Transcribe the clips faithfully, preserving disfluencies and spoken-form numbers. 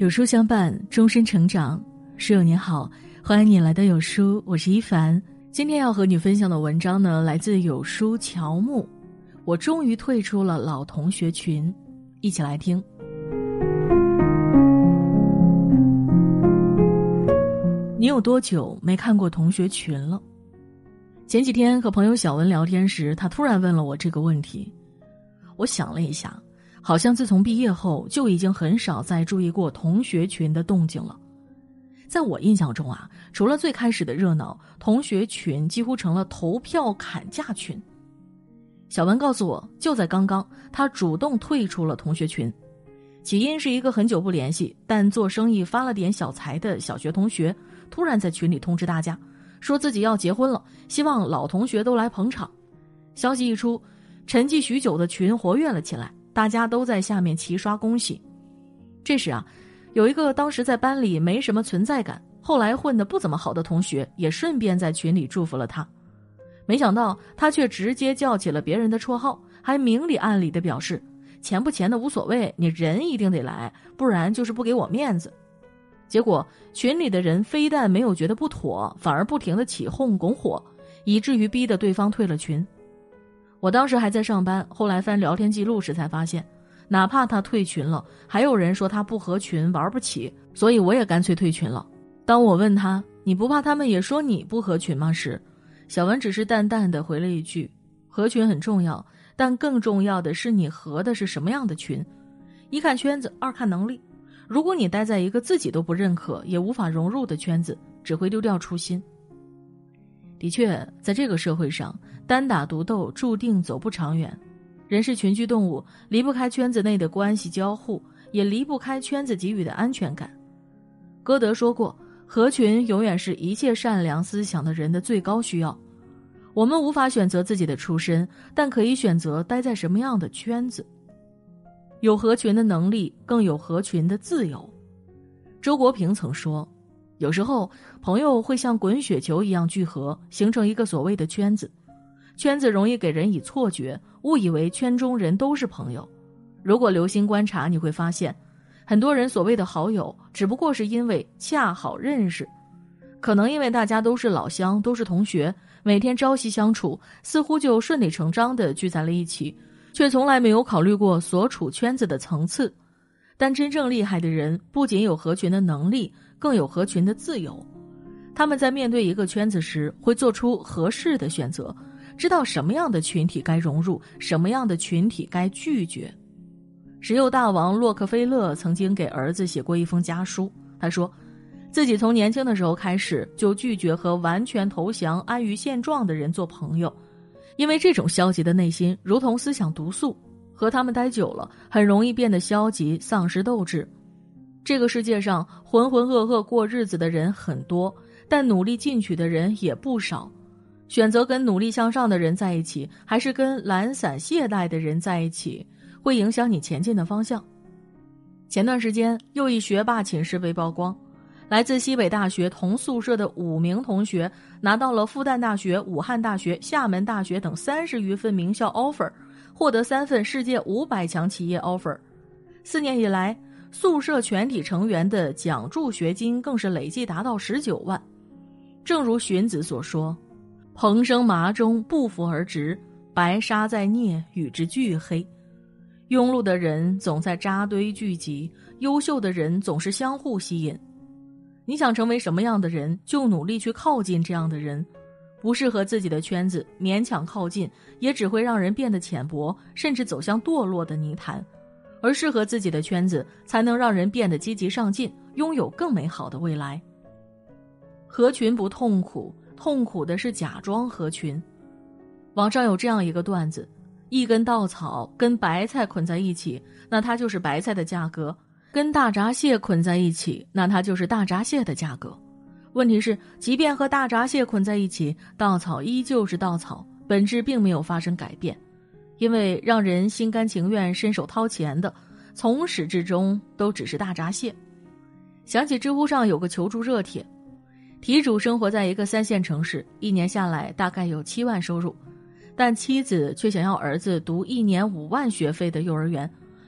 有书相伴，终身成长。室友你好，欢迎你来到有书，我是一凡。今天要和你分享的文章呢，来自有书乔木。我终于退出了老同学群，一起来听。你有多久没看过同学群了？前几天和朋友小文聊天时，他突然问了我这个问题。我想了一下，好像自从毕业后就已经很少再注意过同学群的动静了。在我印象中啊，除了最开始的热闹，同学群几乎成了投票砍价群。小文告诉我，就在刚刚，他主动退出了同学群。起因是一个很久不联系，但做生意发了点小财的小学同学，突然在群里通知大家，说自己要结婚了，希望老同学都来捧场。消息一出，沉寂许久的群活跃了起来，大家都在下面齐刷恭喜。这时啊，有一个当时在班里没什么存在感，后来混得不怎么好的同学，也顺便在群里祝福了他。没想到他却直接叫起了别人的绰号，还明里暗里地表示，钱不钱的无所谓，你人一定得来，不然就是不给我面子。结果群里的人非但没有觉得不妥，反而不停地起哄拱火，以至于逼得对方退了群。我当时还在上班，后来翻聊天记录时才发现，哪怕他退群了，还有人说他不合群玩不起，所以我也干脆退群了。当我问他，你不怕他们也说你不合群吗时，小文只是淡淡的回了一句，合群很重要，但更重要的是你合的是什么样的群。一看圈子，二看能力。如果你待在一个自己都不认可也无法融入的圈子，只会丢掉初心。的确，在这个社会上，单打独斗注定走不长远。人是群居动物，离不开圈子内的关系交互，也离不开圈子给予的安全感。歌德说过，合群永远是一切善良思想的人的最高需要。我们无法选择自己的出身，但可以选择待在什么样的圈子。有合群的能力，更有合群的自由。周国平曾说，有时候朋友会像滚雪球一样聚合，形成一个所谓的圈子。圈子容易给人以错觉，误以为圈中人都是朋友。如果留心观察，你会发现，很多人所谓的好友，只不过是因为恰好认识。可能因为大家都是老乡，都是同学，每天朝夕相处，似乎就顺理成章地聚在了一起，却从来没有考虑过所处圈子的层次。但真正厉害的人，不仅有合群的能力，更有合群的自由。他们在面对一个圈子时，会做出合适的选择，知道什么样的群体该融入，什么样的群体该拒绝。石油大王洛克菲勒曾经给儿子写过一封家书，他说，自己从年轻的时候开始就拒绝和完全投降安于现状的人做朋友，因为这种消极的内心如同思想毒素，和他们待久了，很容易变得消极，丧失斗志。这个世界上浑浑噩噩过日子的人很多，但努力进取的人也不少。选择跟努力向上的人在一起，还是跟懒散懈怠的人在一起，会影响你前进的方向。前段时间，又一学霸寝室被曝光，来自西北大学同宿舍的五名同学拿到了复旦大学、武汉大学、厦门大学等三十余份名校 offer， 获得三份世界五百强企业 offer。四年以来，宿舍全体成员的奖助学金更是累计达到十九万。正如荀子所说，蓬生麻中，不服而直，白沙在涅，与之俱黑。庸碌的人总在扎堆聚集，优秀的人总是相互吸引。你想成为什么样的人，就努力去靠近这样的人。不适合自己的圈子，勉强靠近，也只会让人变得浅薄，甚至走向堕落的泥潭。而适合自己的圈子，才能让人变得积极上进，拥有更美好的未来。合群不痛苦，痛苦的是假装合群。网上有这样一个段子，一根稻草跟白菜捆在一起，那它就是白菜的价格；跟大闸蟹捆在一起，那它就是大闸蟹的价格。问题是，即便和大闸蟹捆在一起，稻草依旧是稻草，本质并没有发生改变。因为让人心甘情愿伸手掏钱的，从始至终都只是大闸蟹。想起知乎上有个求助热帖，题主生活在一个三线城市，一年下来大概有七万收入，但妻子却想要儿子读一年五万学费的幼儿园，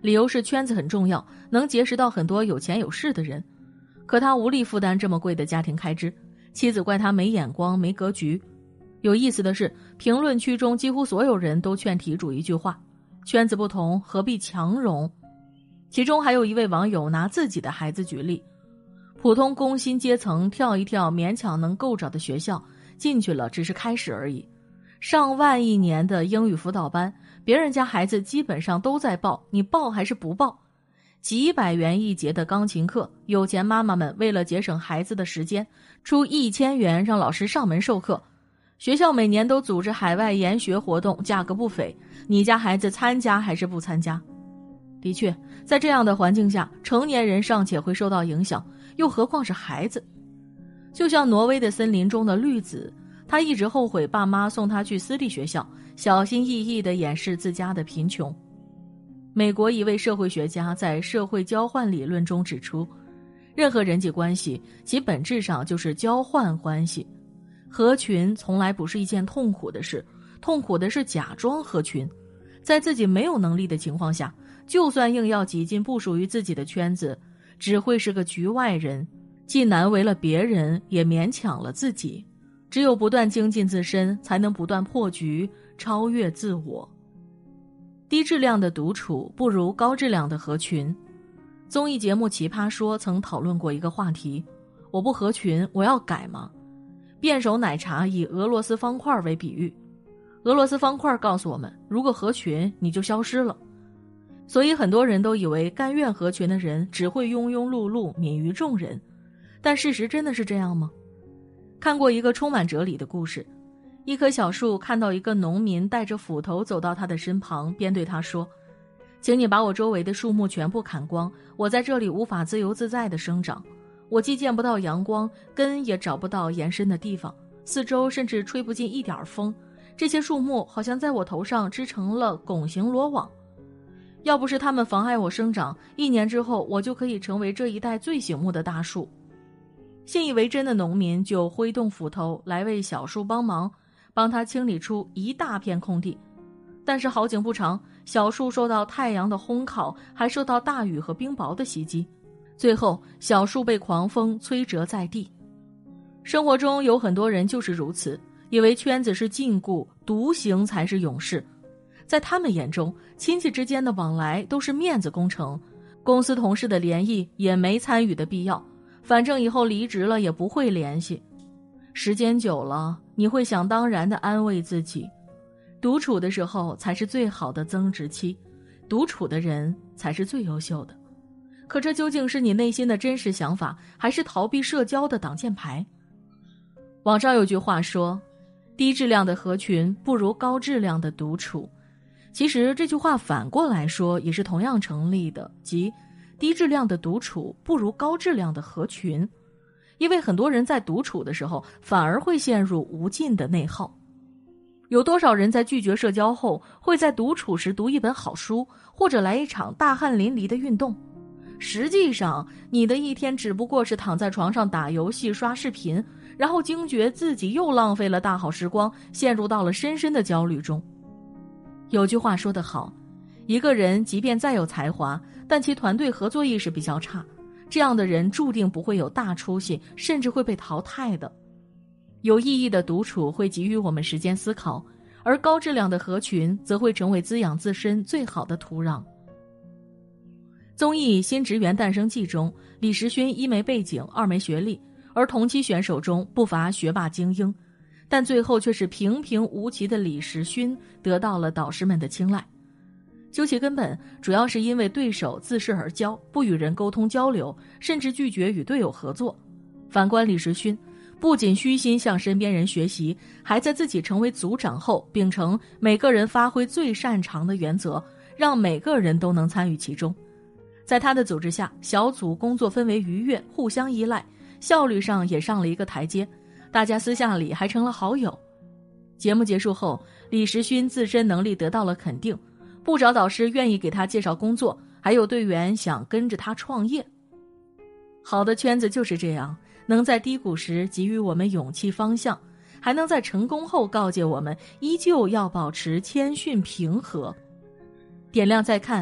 理由是圈子很重要，能结识到很多有钱有势的人。可他无力负担这么贵的家庭开支，妻子怪他没眼光没格局。有意思的是，评论区中几乎所有人都劝题主一句话：圈子不同，何必强融？其中还有一位网友拿自己的孩子举例，普通工薪阶层跳一跳勉强能够着的学校，进去了只是开始而已。上万一年的英语辅导班，别人家孩子基本上都在报，你报还是不报？几百元一节的钢琴课，有钱妈妈们为了节省孩子的时间，出一千元让老师上门授课。学校每年都组织海外研学活动，价格不菲，你家孩子参加还是不参加？的确，在这样的环境下，成年人尚且会受到影响，又何况是孩子？就像挪威的森林中的绿子，他一直后悔爸妈送他去私立学校，小心翼翼地掩饰自家的贫穷。美国一位社会学家在社会交换理论中指出，任何人际关系其本质上就是交换关系。合群从来不是一件痛苦的事，痛苦的是假装合群。在自己没有能力的情况下，就算硬要挤进不属于自己的圈子，只会是个局外人，既难为了别人，也勉强了自己。只有不断精进自身，才能不断破局，超越自我。低质量的独处不如高质量的合群。综艺节目《奇葩说》曾讨论过一个话题：我不合群，我要改吗？辩手奶茶以俄罗斯方块为比喻，俄罗斯方块告诉我们，如果合群，你就消失了。所以很多人都以为甘愿合群的人只会庸庸碌碌，泯于众人。但事实真的是这样吗？看过一个充满哲理的故事，一棵小树看到一个农民带着斧头走到他的身旁，边对他说：请你把我周围的树木全部砍光，我在这里无法自由自在地生长。我既见不到阳光，根也找不到延伸的地方，四周甚至吹不进一点风，这些树木好像在我头上织成了拱形罗网。要不是它们妨碍我生长，一年之后我就可以成为这一带最醒目的大树。信以为真的农民就挥动斧头来为小树帮忙，帮他清理出一大片空地。但是好景不长，小树受到太阳的烘烤，还受到大雨和冰雹的袭击，最后小树被狂风摧折在地。生活中有很多人就是如此，以为圈子是禁锢，独行才是勇士。在他们眼中，亲戚之间的往来都是面子工程，公司同事的联谊也没参与的必要，反正以后离职了也不会联系。时间久了，你会想当然地安慰自己，独处的时候才是最好的增值期，独处的人才是最优秀的。可这究竟是你内心的真实想法，还是逃避社交的挡箭牌？网上有句话说，低质量的合群不如高质量的独处。其实这句话反过来说也是同样成立的，即低质量的独处不如高质量的合群。因为很多人在独处的时候反而会陷入无尽的内耗。有多少人在拒绝社交后会在独处时读一本好书，或者来一场大汗淋漓的运动？实际上你的一天只不过是躺在床上打游戏刷视频，然后惊觉自己又浪费了大好时光，陷入到了深深的焦虑中。有句话说得好，一个人即便再有才华，但其团队合作意识比较差，这样的人注定不会有大出息，甚至会被淘汰的。有意义的独处会给予我们时间思考，而高质量的合群则会成为滋养自身最好的土壤。综艺《新职员诞生记》中，李时勋一没背景，二没学历，而同期选手中不乏学霸精英，但最后却是平平无奇的李时勋得到了导师们的青睐。究其根本，主要是因为对手自视而骄，不与人沟通交流，甚至拒绝与队友合作。反观李时勋，不仅虚心向身边人学习，还在自己成为组长后秉承每个人发挥最擅长的原则，让每个人都能参与其中。在他的组织下，小组工作氛围愉悦，互相依赖，效率上也上了一个台阶，大家私下里还成了好友。节目结束后，李时勋自身能力得到了肯定，不少导师愿意给他介绍工作，还有队员想跟着他创业。好的圈子就是这样，能在低谷时给予我们勇气方向，还能在成功后告诫我们依旧要保持谦逊平和。点亮再看，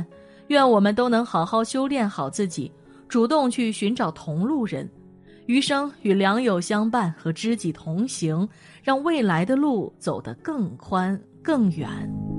愿我们都能好好修炼好自己，主动去寻找同路人，余生与良友相伴和知己同行，让未来的路走得更宽更远。